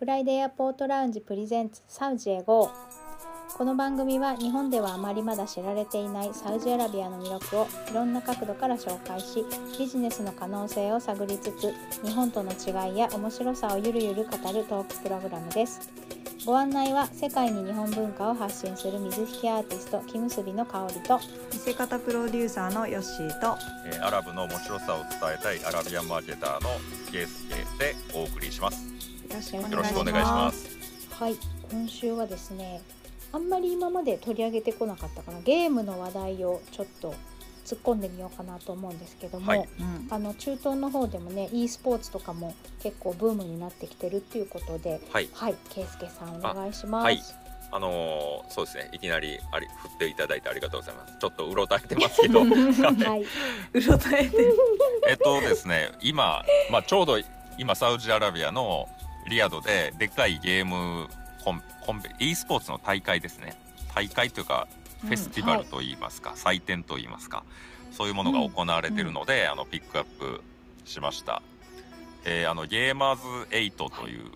フライデーエアポートラウンジプレゼンツサウジへ GO。 この番組は日本ではあまりまだ知られていないサウジアラビアの魅力をいろんな角度から紹介し、ビジネスの可能性を探りつつ、日本との違いや面白さをゆるゆる語るトークプログラムです。ご案内は世界に日本文化を発信する水引アーティスト木結びの香りと、 見せ方プロデューサーのヨッシーと、 アラブの面白さを伝えたいアラビアンマーケターのケイスケでお送りします。 よろしくお願いします。 はい、今週はですね、あんまり今まで取り上げてこなかったかな、ゲームの話題をちょっと突っ込んでみようかなと思うんですけども、 はい、 中東の方でもね e スポーツとかも結構ブームになってきてるっていうことで、はい、ケイスケさんお願いします。 はい、そうですね、いきなり振っていただいてありがとうございます。ちょっとうろたえてますけど、 はい、 うろたえてるですね、今、ちょうど今サウジアラビアのリヤドででっかいゲームe スポーツの大会ですね、大会というかフェスティバルといいますか、祭典といいますか、そういうものが行われているので、ピックアップしました。ゲーマーズ8という、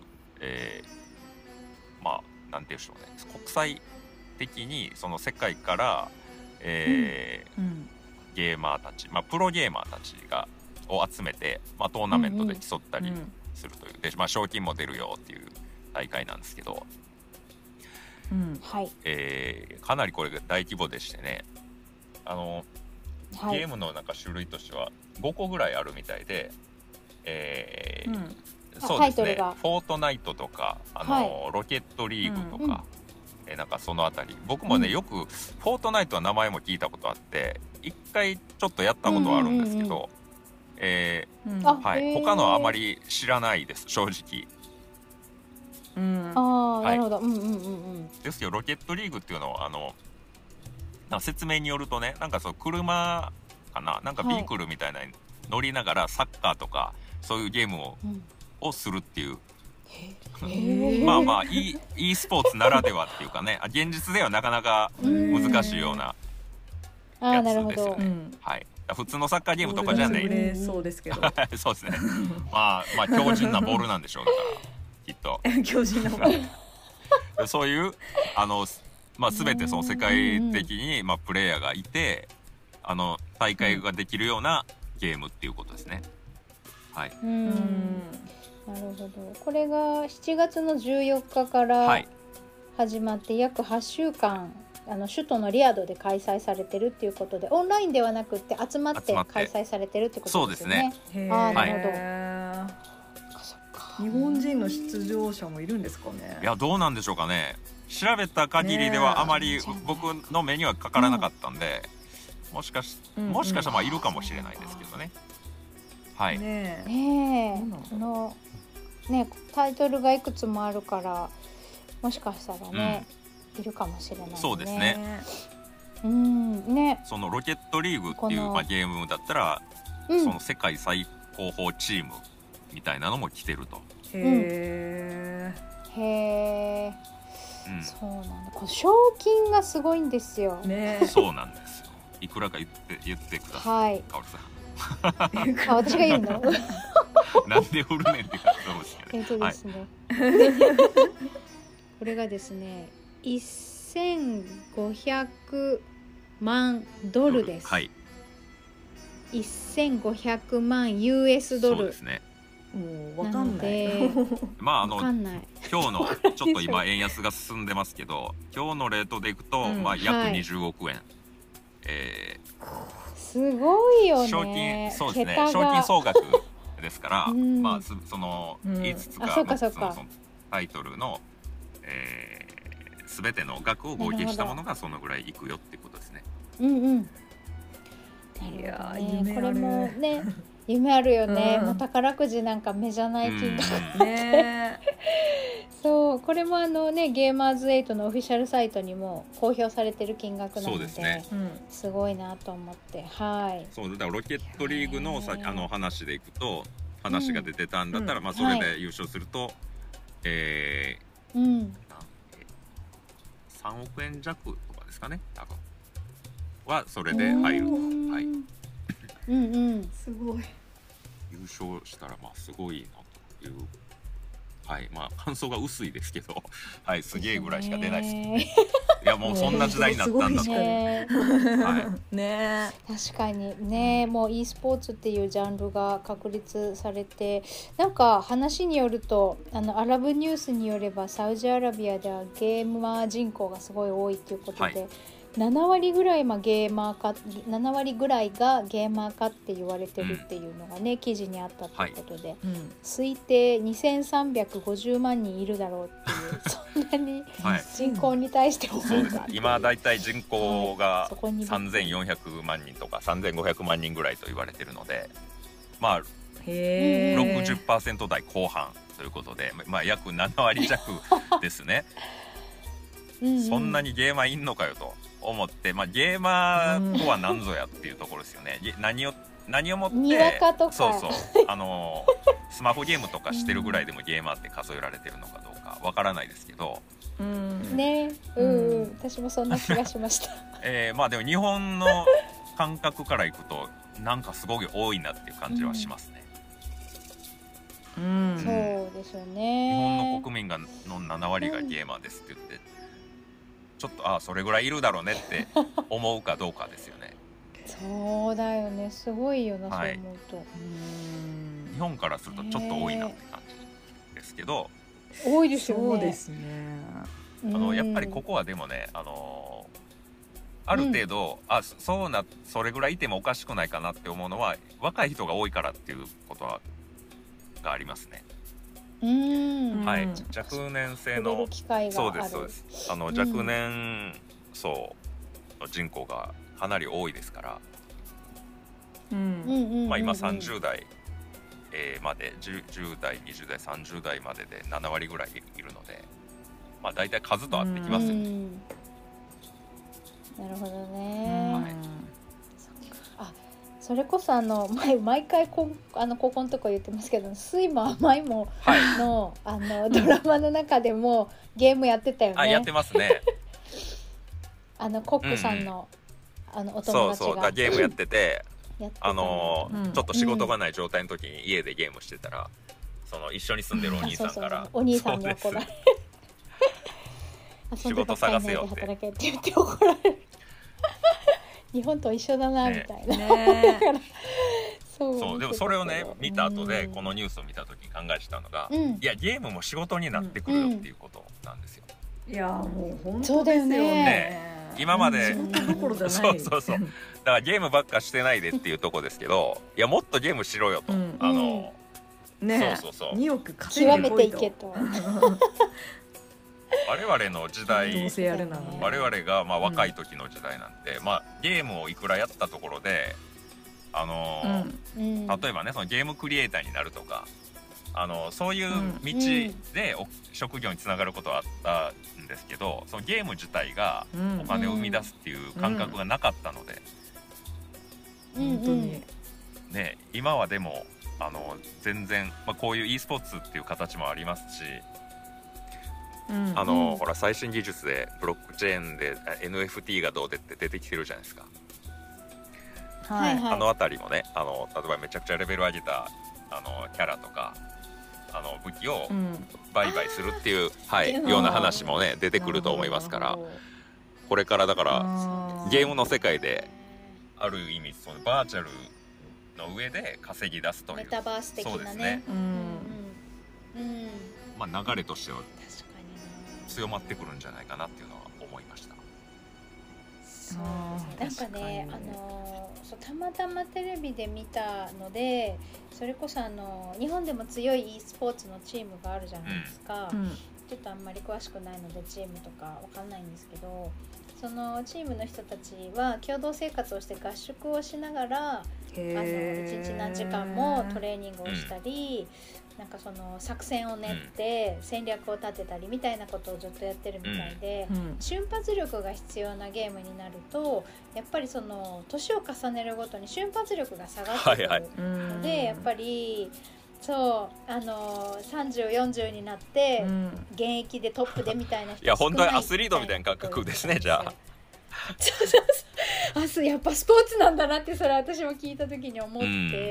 なんていうんでしょうね、国際的にその世界から、ゲーマーたち、プロゲーマーたちを集めて、トーナメントで競ったりするという、で、賞金も出るよっていう大会なんですけど、かなりこれが大規模でしてね、ゲームの種類としては5個ぐらいあるみたいで、そうですね、フォートナイトとかロケットリーグとか、そのあたり、僕もね、よくフォートナイトは名前も聞いたことあって一回ちょっとやったことはあるんですけど、他のはあまり知らないです、正直。 なるほど。 ですけどロケットリーグっていうのは説明によるとね、そう車かな、ビークルみたいなのに乗りながらサッカーとかそういうゲームをするっていう、e スポーツならではっていうかね、現実ではなかなか難しいようなやつですよね。普通のサッカーゲームとかじゃない。 そうですけどそうですね。強靭なボールなんでしょう、だからきっと強靭なボールそういう全てその世界的にプレイヤーがいて、大会ができるようなゲームっていうことですね。 なるほど。これが7月の14日から始まって約8週間、首都のリヤドで開催されてるっていうことで、オンラインではなくて集まって開催されてるってことですよね。 そうですね。 なるほど。 日本人の出場者もいるんですかね。 いや、どうなんでしょうかね。調べた限りではあまり僕の目にはかからなかったんで、もしかしたらいるかもしれないですけどね。 タイトルがいくつもあるからもしかしたらね、いるかもしれないね。 そうですね。そのロケットリーグっていう、ゲームだったら、その世界最高峰チームみたいなのも来てると。 へえ、そうなんだ。これ賞金がすごいんですよ。 そうなんですよ。いくらか言ってください。かおりさん。 私が言うの？ なんで振るねんって感じですけど。 ですね。これがですね、1500万ドルです。1500万 US ドル。 そうですね。 わかんない。 今日のちょっと今円安が進んでますけど、今日のレートでいくと、約20億円。 すごいよね。 賞金、そうですね。賞金総額ですから、その5つか6つのタイトルの全ての額を合計したものがそのぐらいいくよってことですね。 いや、 これもね、夢あるよね。もう宝くじなんか目じゃない金額ね。そう、これもゲーマーズ8のオフィシャルサイトにも公表されてる金額なので、すごいなと思って。 そうだからロケットリーグの話でいくと、話が出てたんだったら、それで優勝すると、3億円弱とかですかね、多分はそれで入ると。 すごい。 優勝したらすごいなというはい、まあ感想が薄いですけど、はい、すげえぐらいしか出ないです。 ねいやもうそんな時代になったんだと。 ねはね確かにね、もう e スポーツっていうジャンルが確立されて、なんか話によるとアラブニュースによればサウジアラビアではゲーマー人口がすごい多いということで、 はい 7割ぐらい7割ぐらいがゲーマー化って言われてるっていうのがね、記事にあったということで、推定2350万人いるだろうっていうそんなにはい、 人口に対してもそうです。今だいたい人口がそこに 3400万人とか3500万人ぐらいと言われてるので、まあへー 60% 台後半ということで、まあ約7割弱ですね。そんなにゲーマーいんのかよと思って、まあ、ゲーマーとは何ぞやっていうところですよね。何をもってにわかとかそうスマホゲームとかしてるぐらいでもゲーマーって数えられてるのかどうかわからないですけど、 ね、私もそんな気がしました。 まあでも日本の感覚からいくとなんかすごい多いなっていう感じはしますね。 そうですよね。 日本の国民の7割がゲーマーですって言って、ちょっとそれぐらいいるだろうねって思うかどうかですよね。 そうだよね、すごいよな、 はい、 そう思うと。 日本からするとちょっと多いなって感じですけど、 多いですよね。 そうですね。 やっぱりここはでもね、ある程度、それぐらいいてもおかしくないかなって思うのは若い人が多いからっていうことがありますね。はい、若年性のそうです若年層の人口がかなり多いですから、まあ今30代まで10代20代30代までで7割ぐらいいるので、まあ大体数と合ってきますよね。 なるほどね。それこそ毎回ここのとこ言ってますけど、スイも甘いもの、ドラマの中でもゲームやってたよね。 やってますね。 コックさんの、お友達がゲームやってて、ちょっと仕事がない状態の時に家でゲームしてたら、一緒に住んでるお兄さんからお兄さんに怒られる。 仕事探せよって働けって言って怒られる。日本と一緒だなみたいな、 そうでもそれをね見た後でこのニュースを見た時に考えたのが、いやゲームも仕事になってくるよっていうことなんですよ。 いやもう本当ですよね。 今までそうだからゲームばっかしてないでっていうとこですけど、いやもっとゲームしろよと、そう 2億稼いでこいと、 極めていけと我々の時代、 どうせやるなら我々がまあ若い時の時代なんて、まあ、ゲームをいくらやったところで例えばねそのゲームクリエイターになるとかそういう道で職業につながることはあったんですけど、そのゲーム自体がお金を生み出すっていう感覚がなかったので、 本当にね、今はでも全然、まあ、こういう e スポーツっていう形もありますし、ほら最新技術でブロックチェーンで NFT がどうでって出てきてるじゃないですか。あのあたりもね例えばめちゃくちゃレベル上げたキャラとか武器を売買するっていう、ような話もね出てくると思いますから、これからだからゲームの世界である意味そのバーチャルの上で稼ぎ出すというメタバース的なね。 そうですね。まあ流れとしては強まってくるんじゃないかなっていうのは思いました。 そうですね。なんかねたまたまテレビで見たので、それこそ日本でも強い e スポーツのチームがあるじゃないですか、ちょっとあんまり詳しくないのでチームとかわかんないんですけど、そのチームの人たちは共同生活をして合宿をしながら一日何時間もトレーニングをしたり、なんかその作戦を練って戦略を立てたりみたいなことをずっとやってるみたいで、瞬発力が必要なゲームになるとやっぱりその年を重ねるごとに瞬発力が下がってくるので、やっぱりそう30、40になって現役でトップでみたいな人いや本当にアスリートみたいな感覚ですね。じゃあそうそうそう、やっぱスポーツなんだなってそれ私も聞いた時に思って、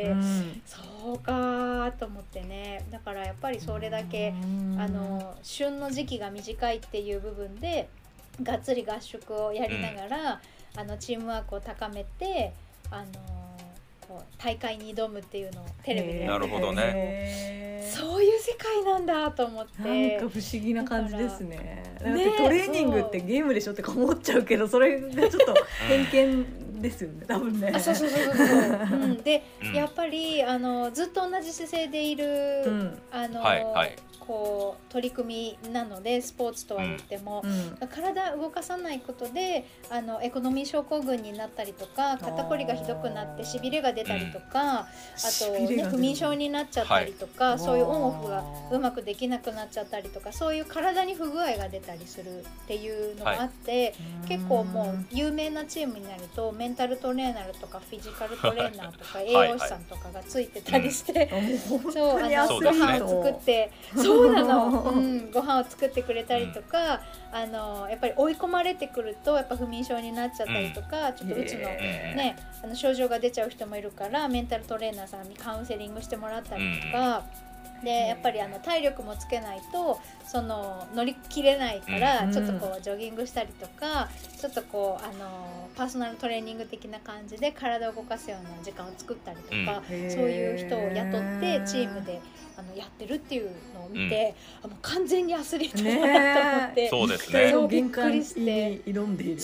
そうかと思ってね。だからやっぱりそれだけ旬の時期が短いっていう部分でがっつり合宿をやりながら、チームワークを高めてこう大会に挑むっていうのをテレビでやってる。 なるほどね。 そういう世界なんだと思って、 なんか不思議な感じですね。だってトレーニングってゲームでしょって思っちゃうけど、それがちょっと偏見ですよね、多分ね。 そう、で、やっぱりずっと同じ姿勢でいる、こう取り組みなので、スポーツとは言っても、体動かさないことでエコノミー症候群になったりとか、肩こりがひどくなってしびれが出たりとか、あと、ね、不眠症になっちゃったりとか、そういうオンオフがうまくできなくなっちゃったりとか、そういう体に不具合が出たりするっていうのがあって、結構もう有名なチームになるとメンタルトレーナーとかフィジカルトレーナーとか栄養士さんとかがついてたりして、そうご飯を作って、そうなの、ご飯を作ってくれたりとか、やっぱり追い込まれてくるとやっぱ不眠症になっちゃったりとか、ちょっとうつのね症状が出ちゃう人もいるから、メンタルトレーナーさんにカウンセリングしてもらったりとか。でやっぱり体力もつけないと乗り切れないから、ちょっとこうジョギングしたりとか、ちょっとこうパーソナルトレーニング的な感じで体を動かすような時間を作ったりとか、そういう人を雇ってチームでやってるっていうのを見て、もう完全にアスリートだなと思って、 そうですね、 びっくりして挑んでいる。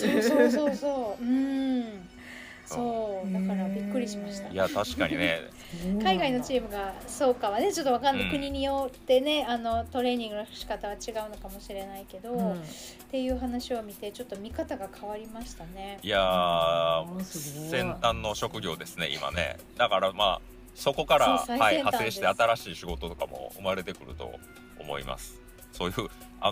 そうだからびっくりしました。 いや確かにね、 海外のチームがそうかはねちょっと分かんない、国によってねトレーニングの仕方は違うのかもしれないけど、っていう話を見てちょっと見方が変わりましたね。 いや先端の職業ですね今ね。だからそこから派生して新しい仕事とかも生まれてくると思います。そういう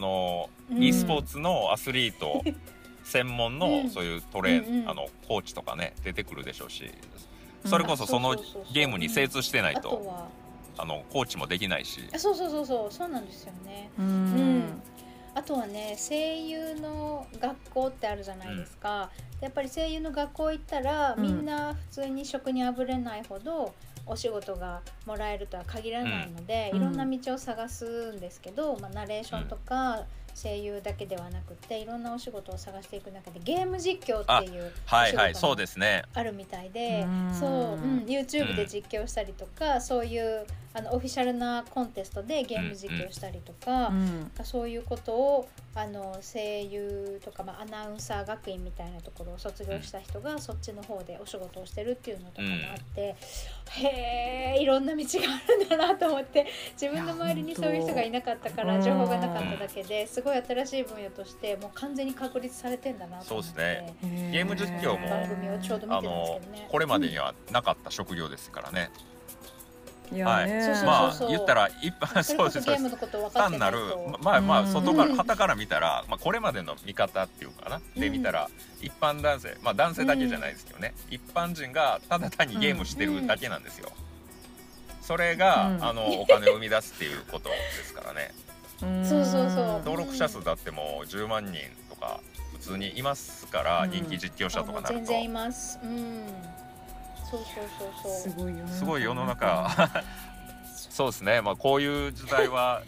e スポーツのアスリート専門のそういうコーチとかね出てくるでしょうし、それこそそのゲームに精通してないとコーチもできないし、 そうなんですよね。あとはね、声優の学校ってあるじゃないですか。やっぱり声優の学校行ったら、みんな普通に職にあぶれないほどお仕事がもらえるとは限らないので、いろんな道を探すんですけど、ナレーションとか声優だけではなくていろんなお仕事を探していく中でゲーム実況っていうお仕事もあるみたいで、YouTube で実況したりとか、そういうオフィシャルなコンテストでゲーム実況したりとか、そういうことを声優とか、アナウンサー学院みたいなところを卒業した人がそっちの方でお仕事をしてるっていうのとかもあって、へーいろんな道があるんだなと思って、自分の周りにそういう人がいなかったから情報がなかっただけですごい新しい分野としてもう完全に確立されてんだなと思って。そうですね、 ゲーム実況も番組をちょうど見てたんですけどね、 これまでにはなかった職業ですからね。言ったら一般そうです単なる外から傍から見たら、これまでの見方っていうかなで見たら、一般男性男性だけじゃないですけどね、一般人がただ単にゲームしてるだけなんですよ。それがお金を生み出すっていうことですからね。登録者数だってもう10万人とか普通にいますから、人気実況者とかなると全然います。 すごい世の中そうですね。こういう時代は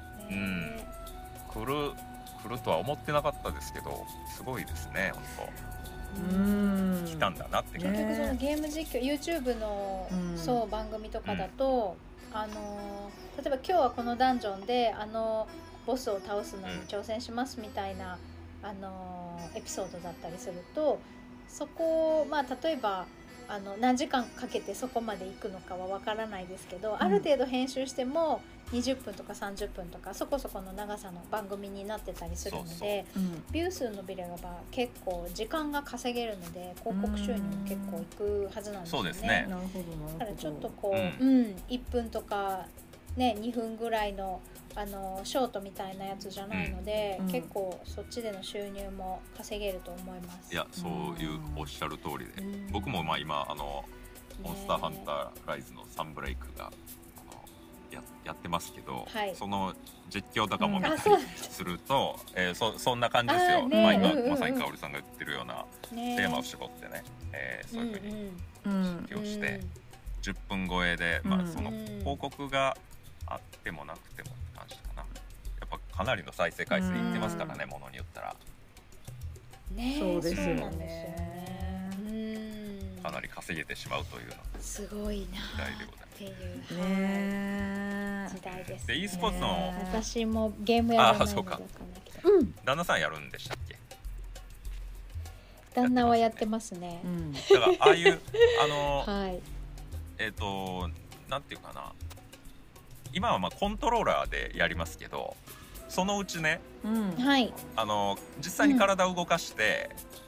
来るとは思ってなかったですけど、すごいですね本当。来たんだなって感じ。 結局そのゲーム実況 YouTube の番組とかだと、例えば今日はこのダンジョンでボスを倒すのに挑戦しますみたいなエピソードだったりすると、そこを例えば何時間かけてそこまで行くのかは分からないですけど、ある程度編集しても20分とか30分とかそこそこの長さの番組になってたりするので、ビュー数伸びれば結構時間が稼げるので広告収入も結構いくはずなんですよね。 そうですね。 だからちょっとこう、1分とかね2分ぐらいのショートみたいなやつじゃないので、結構そっちでの収入も稼げると思います。 いや、そういうおっしゃる通りで、僕も今モンスターハンターライズのサンブレイクがやってますけど、 はいその実況とかも見たりあそうすると、そんな感じですよ、 ねまあ、今、 うんうんうんまさに香織さんが言ってるようなねテーマを絞ってね、そういうふうにうん実況して10分超えで、まあ、そのうん広告があってもなくてもって感じかな。やっぱかなりの再生回数いってますからね、ものによったらねそうですよねそうなんですよねかなり稼げてしまうというようなすごいな時代でございます。 っていう、 ね時代です、 でね、 e スポーツの私もゲームやらないのでそうかわかんないけど、 旦那さんやるんでしたっけ？ 旦那はやってますね、 うんだからああいうはいなんていうかな、今はまあコントローラーでやりますけど、そのうちねはい実際に体を動かして、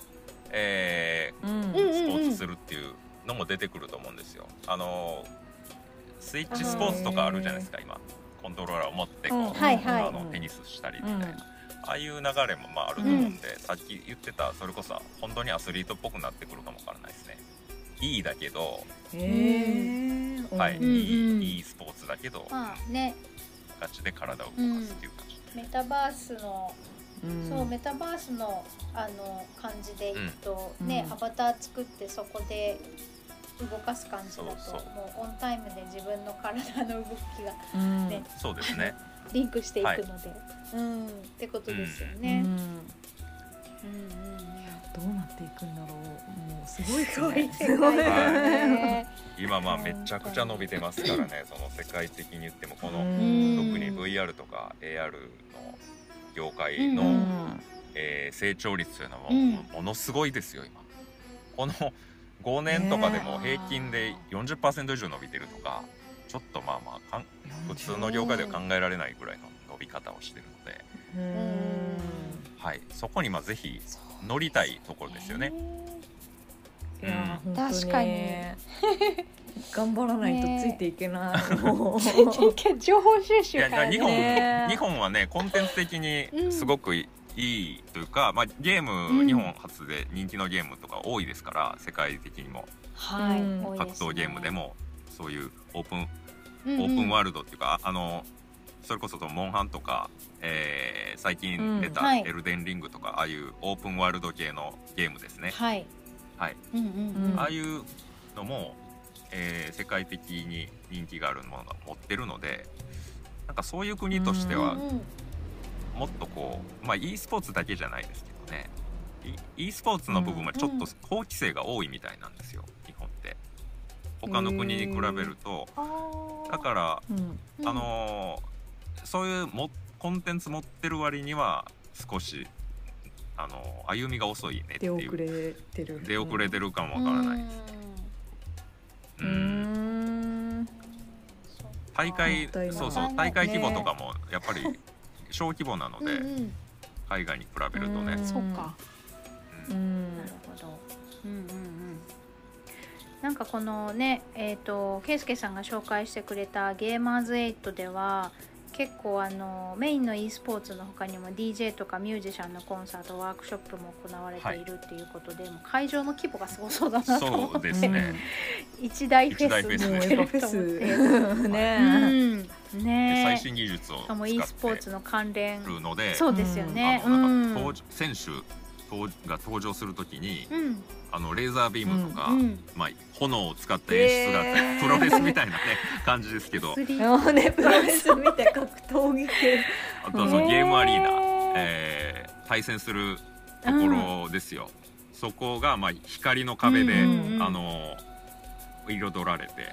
うんスポーツするっていうのも出てくると思うんですよ。スイッチスポーツとかあるじゃないですか、今コントローラーを持ってこう、 はいはいテニスしたりみたいな、ああいう流れもまああると思うんで、さっき言ってたそれこそ本当にアスリートっぽくなってくるかもわからないですね。いいだけど、 へーはい、 うんうんいいスポーツだけど、 まあねガチで体を動かすっていう感じ。 メタバースの、 うんそうメタバースの感じでいくと、ねうんアバター作ってそこで動かす感じだとそうそうもうオンタイムで自分の体の動きがうんねそうですね。 リンクしていくので、ってことですよね。 うんうんどうなっていくんだろう。もうすごいですすごいね。 世界ですね。 今まあめちゃくちゃ伸びてますからね、その世界的に言ってもこの、 うん特に VR とか AR の業界うの、 ん成長率というのも、 うんものすごいですよ今。この5年とかでも平均で 40% 以上伸びてるとか、ちょっとまあまあ普通の業界では考えられないぐらいの伸び方をしてるので、はい、そこにまあぜひ乗りたいところですよね。 いや本当に確かに頑張らないとついていけない。もう情報収いや集から日本ね日本はねコンテンツ的にすごくいいというか、まあ、ゲーム、 うん日本初で人気のゲームとか多いですから、世界的にもはい、 うん多いですね格闘ゲームでもそういうオープンうんうんワールドっていうか、それこそモンハンとか、最近出たはいエルデンリングとか、ああいうオープンワールド系のゲームですね、 はい、 はい、 うんうんうん、 ああいうのも、世界的に人気があるものが持ってるので、なんかそういう国としてはうんうんもっとこう、まあ e スポーツだけじゃないですけどね、e スポーツの部分はちょっと法規制が多いみたいなんですよ、日本って他の国に比べると。だからうんそういうコンテンツ持ってる割には少し歩みが遅いねっていう、 出遅れてる。 出遅れてるかもわからないです、 ううんん。 大会もったいないそうそう大会規模とかもやっぱり小規模なので、 うんうん海外に比べるとね、 うんそうか、 ううんんなるほど、うんうんうん、なんかこのね圭介さんが紹介してくれたゲーマーズ8では結構メインの e スポーツの他にも DJ とかミュージシャンのコンサートワークショップも行われているっていうことで、もう会場の規模がすごそうだなと思って、 そうですね、 一大フェス一大フェスもうですやっぱフェスうね。 んでね最新技術をしかも使 e っスポーツての関連るので、 そうですよね、 なんか選手が登場するときにうんレーザービームとか、 うんまあ、炎を使った演出があって、プロレスみたいなね感じですけど、 3D もうねプロレス見て格闘技系。 あとはそのゲームアリーナ、 へ対戦するところですよ、そこがまあ光の壁で、 うんうん彩られて、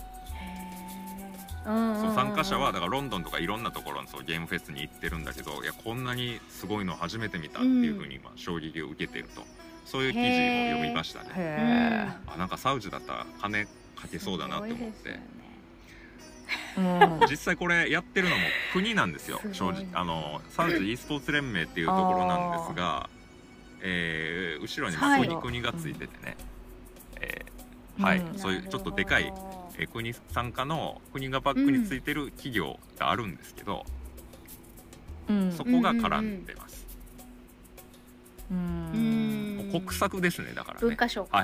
うんそう参加者はだからロンドンとかいろんなところのそうゲームフェスに行ってるんだけど、いやこんなにすごいの初めて見たっていうふうに今衝撃を受けてると、そういう記事も読みましたね。 へあ、なんかサウジだったら金かけそうだなって思って、 え。 実際これやってるのも国なんですよ、 すごい正直サウジ e スポーツ連盟っていうところなんですが、後ろにはい国がついててね、はい、 うんそういうちょっとでかい、国参加の国がバックについてる企業があるんですけど、 うんそこが絡んでます。 ううんん国策ですねだからね。 文化省か、 はい、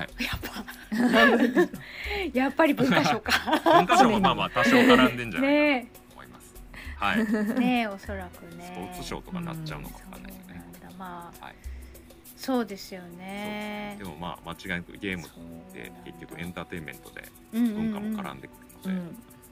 やっぱり文化省か文化省もまあまあ多少絡んでんじゃないかなと思います。はいねおそらくねスポーツ省とかなっちゃうのかわかんないよね。 まあ、 はい、 そうですよね。 でもまあ間違いなくゲームって結局エンターテインメントで文化も絡んでくるので、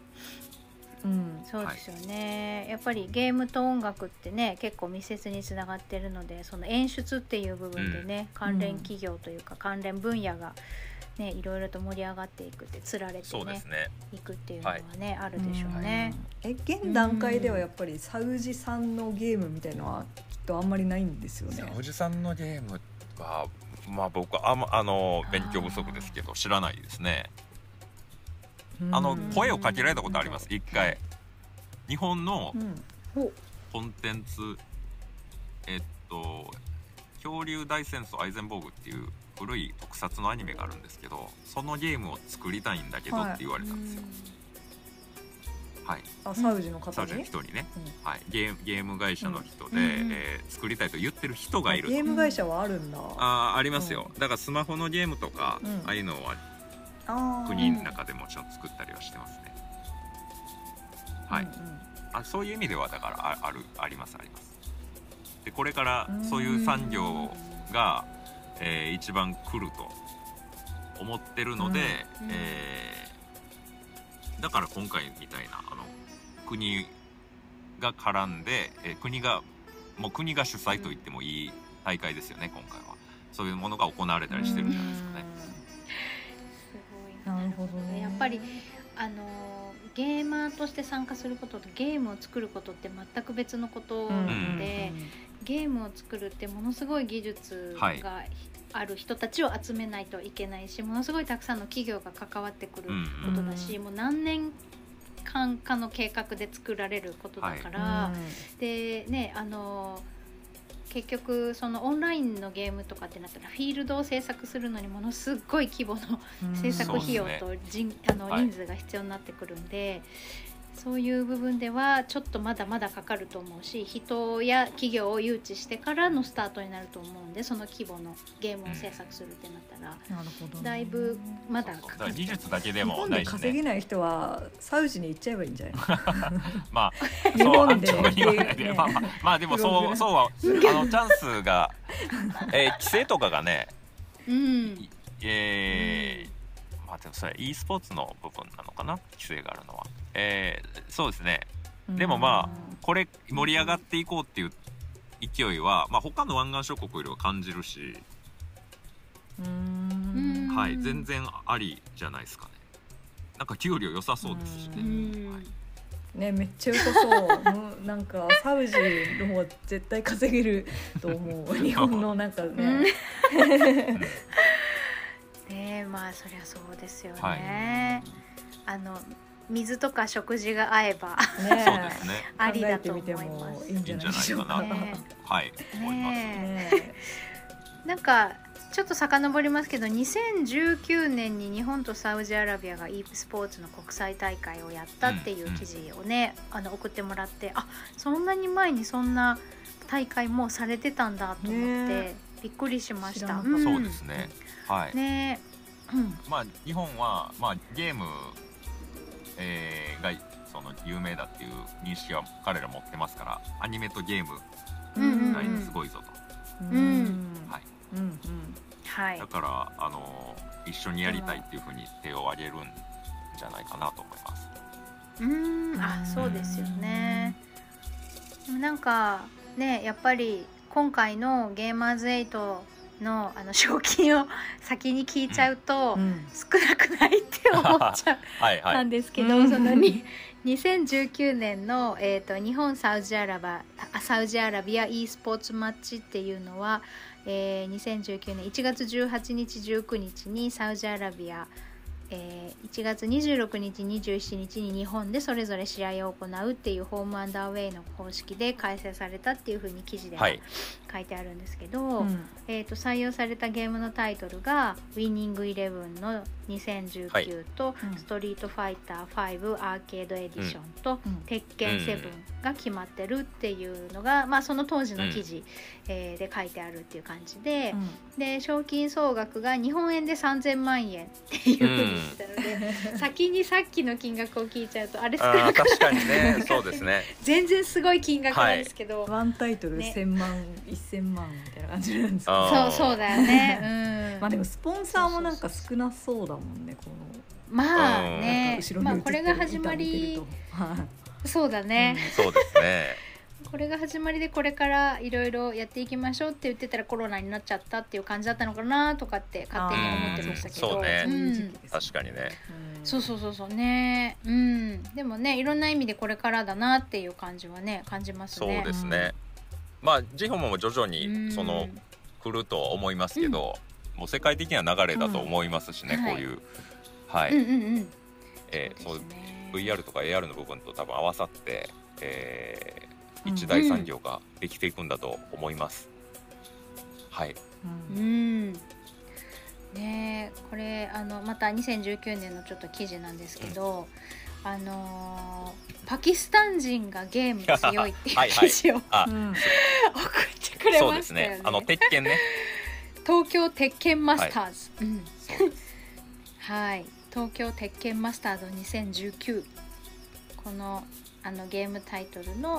そうですよね、はい、やっぱりゲームと音楽ってね結構密接につながってるので、その演出っていう部分でね、関連企業というか関連分野がねいろいろと盛り上がっていくってつられてね、 そうですね、 いくっていうのはね、はい、あるでしょうね。 現段階ではやっぱりサウジ産のゲームみたいのはきっとあんまりないんですよね。 サウジ産のゲームはまあ僕は勉強不足ですけど知らないですね。声をかけられたことあります。一回日本のコンテンツ、恐竜大戦争アイゼンボーグっていう古い特撮のアニメがあるんですけど、そのゲームを作りたいんだけどって言われたんですよ。はい、 サウジの方に、 サウジの人にね、はい、ゲーム会社の人で、作りたいと言ってる人がいると。 ゲーム会社はあるんだ。 ありますよ。だからスマホのゲームとか、ああいうのは国の中でもちろん作ったりはしてますね。はい、そういう意味ではだからあります。でこれからそういう産業が、一番来ると思ってるので、だから今回みたいな国が絡んで、国が主催と言ってもいい大会ですよね。今回はそういうものが行われたりしてるんじゃないですかね。 すごいなるほどね。やっぱりゲーマーとして参加することとゲームを作ることって全く別のことで、ゲームを作るってものすごい技術がある人たちを集めないといけないし、ものすごいたくさんの企業が関わってくることだし、もう何年間かの計画で作られることだから、でね結局そのオンラインのゲームとかってなったらフィールドを制作するのにものすごい規模の制作費用と人数が必要になってくるんで、そういう部分ではちょっとまだまだかかると思うし、人や企業を誘致してからのスタートになると思うんで、その規模のゲームを制作するってなったら、だいぶまだかかる。 技術だけでも日本で稼げない人はサウジに行っちゃえばいいんじゃないまあ日本でまあでもそうはチャンスが規制とかがね、まあでもそれ e スポーツの部分なのかな、規制があるのは。そうですね。でもまあこれ盛り上がっていこうっていう勢いは、まあ、他の湾岸諸国よりは感じるし、はい、全然ありじゃないですかね。なんか給料良さそうですしね。 ね、めっちゃ良さそうなんかサウジの方は絶対稼げると思う日本のなんかねね、まあそりゃそうですよね、水とか食事が合えば、 そうですね、 ありだと思います。 いいんじゃないでしょうか。 はい、思います。 なんかちょっと遡りますけど、2019年に日本とサウジアラビアが e スポーツの国際大会をやったっていう記事をね、送ってもらって、そんなに前にそんな大会もされてたんだと思ってびっくりしました。 そうですね。はい。 ね、 まあ日本はまあゲーム、がその有名だっていう認識は彼ら持ってますから、アニメとゲームがすごいぞと。はい。 はい、 だから一緒にやりたいっていうふうに手を挙げるんじゃないかなと思います。そうですよね。なんかね、やっぱり今回のゲーマーズ8の賞金を先に聞いちゃうと、少なくないって思っちゃうなんですけど、その2019年の、日本サウジアラビア e スポーツマッチっていうのは、2019年1月18日19日にサウジアラビア 1月26日27日に日本でそれぞれ試合を行うっていうホームアンダーウェイの方式で開催されたっていう風に記事でははい書いてあるんですけど、採用されたゲームのタイトルがウィニングイレブンの2019と、ストリートファイター5アーケードエディションと、鉄拳7が決まってるっていうのが、その当時の記事、で書いてあるっていう感じで、で賞金総額が日本円で3000万円っていうふうにしてたので、先にさっきの金額を聞いちゃうとあれ少なかった確かにねそうですね全然すごい金額なんですけど、 ワンタイトル1000万、1000万みたいな感じなんですけど、 そうだよね、 でもスポンサーもなんか少なそうだもんね、このね、これが始まり、そうだね、 そうですねこれが始まりでこれからいろいろやっていきましょうって言ってたらコロナになっちゃったっていう感じだったのかなとかって勝手に思ってましたけど、 そうね、確かにね、 そうね、でもねいろんな意味でこれからだなっていう感じはね感じますね。 そうですね、ジホモも徐々にその来ると思いますけど、もう世界的な流れだと思いますしね、こういうそう VR とか AR の部分と多分合わさって、一大産業ができていくんだと思います。はい。 ね、これまた2019年のちょっと記事なんですけど、パキスタン人がゲーム強いっていう記事を送ってくれましたよね。 そうですね。鉄拳ね。 東京鉄拳マスターズ。はい。東京鉄拳マスターズ2019。このゲームタイトルの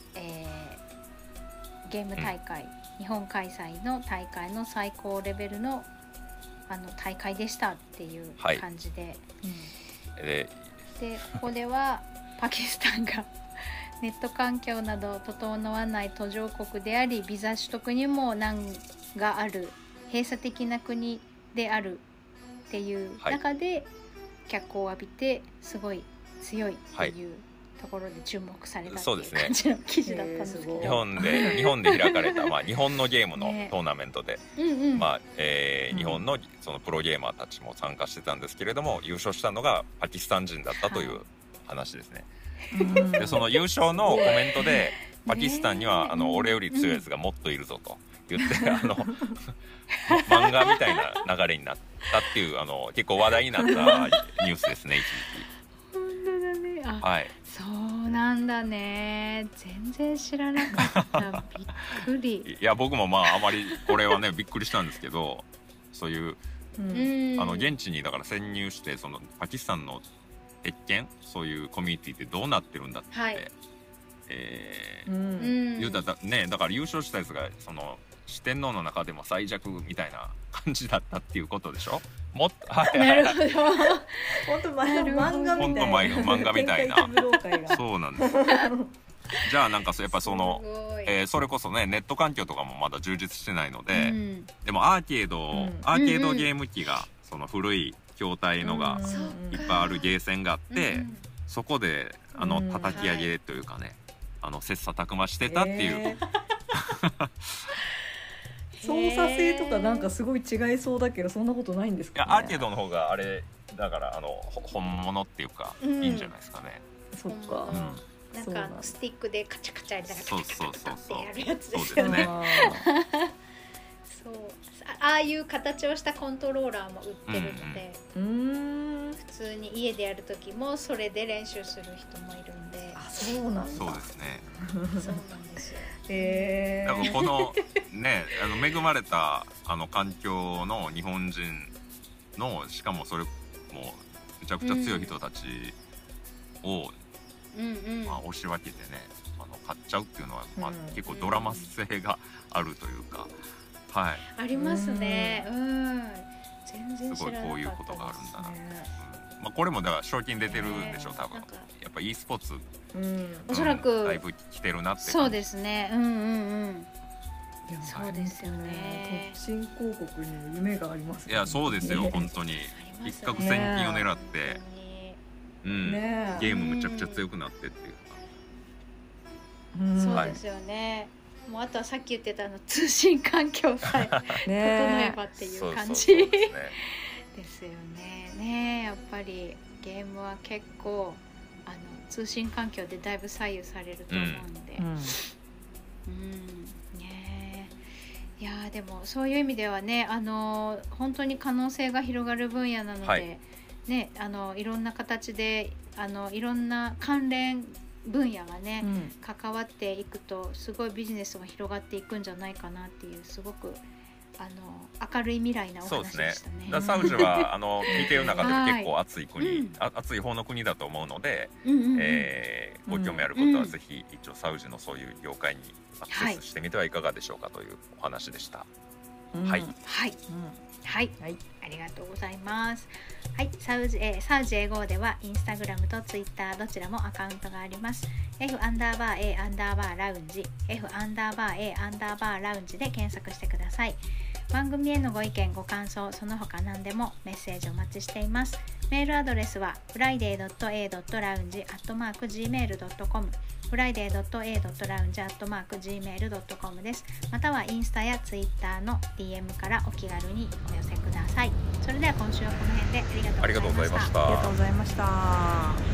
ゲーム大会、日本開催の大会の最高レベルの大会でしたっていう感じで、でここではパキスタンがネット環境など整わない途上国でありビザ取得にも難がある閉鎖的な国であるっていう中で脚光を浴びてすごい強いっていうところで注目されたっていう感じの記事だったんですけど、 日本で開かれた日本のゲームのトーナメントで、日本のそのプロゲーマーたちも参加してたんですけれども、優勝したのがパキスタン人だったという話ですね。でその優勝のコメントでパキスタンには俺より強いやつがもっといるぞと言って漫画みたいな流れになったっていう結構話題になったニュースですね、一時期。はい、 そうなんだね、全然知らなかった。びっくり。 いや僕もあまりこれはねびっくりしたんですけど、そういう現地にだから潜入してそのパキスタンの鉄拳そういうコミュニティってどうなってるんだって、言うたらね、だから優勝したやつがその四天王の中でも最弱みたいな感じだったっていうことでしょ。もっとなるほど。 本当漫画みたいな。 そうなんです。じゃあなんかやっぱその、それこそねネット環境とかもまだ充実してないので、でもアーケードゲーム機がその古い筐体のがいっぱいあるゲーセンがあって、そこで叩き上げというかね、切磋琢磨してたっていう。 操作性とかなんかすごい違いそうだけどそんなことないんですかね。 いやアーケードの方があれだから本物っていうか、いいんじゃないですかね。 そっか。 なんかスティックでカチャカチャやったらカチャカチャってやるやつですよね。そう、ああいう形をしたコントローラーも売ってるので、普通に家でやる時もそれで練習する人もいるんで。 そうなんだ。 そうですね。 そうなんですよ。 なんかこのね恵まれた環境の日本人のしかもそれもめちゃくちゃ強い人たちを、押し分けてね買っちゃうっていうのは、結構ドラマ性があるというか、ありますね。全然すごいこういうことがあるんだな。これもだから賞金出てるんでしょ多分。やっぱ e スポーツおそらくだいぶ来てるなって。 そうですね。そうですよね。 特進広告に夢がありますね。 いやそうですよ本当に一攫千金を狙って、ゲームむちゃくちゃ強くなってっていうか。そうですよね。もうあとはさっき言ってた通信環境さえ整えばっていう感じですよね。やっぱりゲームは結構通信環境でだいぶ左右されると思うんで、ね。いやでもそういう意味ではね、本当に可能性が広がる分野なので、ね、いろんな形でいろんな関連分野がね、関わっていくとすごいビジネスが広がっていくんじゃないかなっていう、すごく明るい未来なお話でしたね。 サウジは聞いてる中でも結構暑い国、暑い方の国だと思うので、ご興味あることはぜひ一応サウジのそういう業界にアクセスしてみてはいかがでしょうかというお話でした。はい、 ありがとうございます。はい、サウジ英語ではインスタグラムとツイッターどちらもアカウントがあります。F_A_ラウンジ F_A_ラウンジで検索してください。番組へのご意見ご感想その他何でもメッセージお待ちしています。メールアドレスは friday.a.lounge@gmail.com friday.a.lounge@gmail.com です。またはインスタやツイッターの DM からお気軽にお寄せください。それでは今週はこの辺でありがとうございました。 ありがとうございました。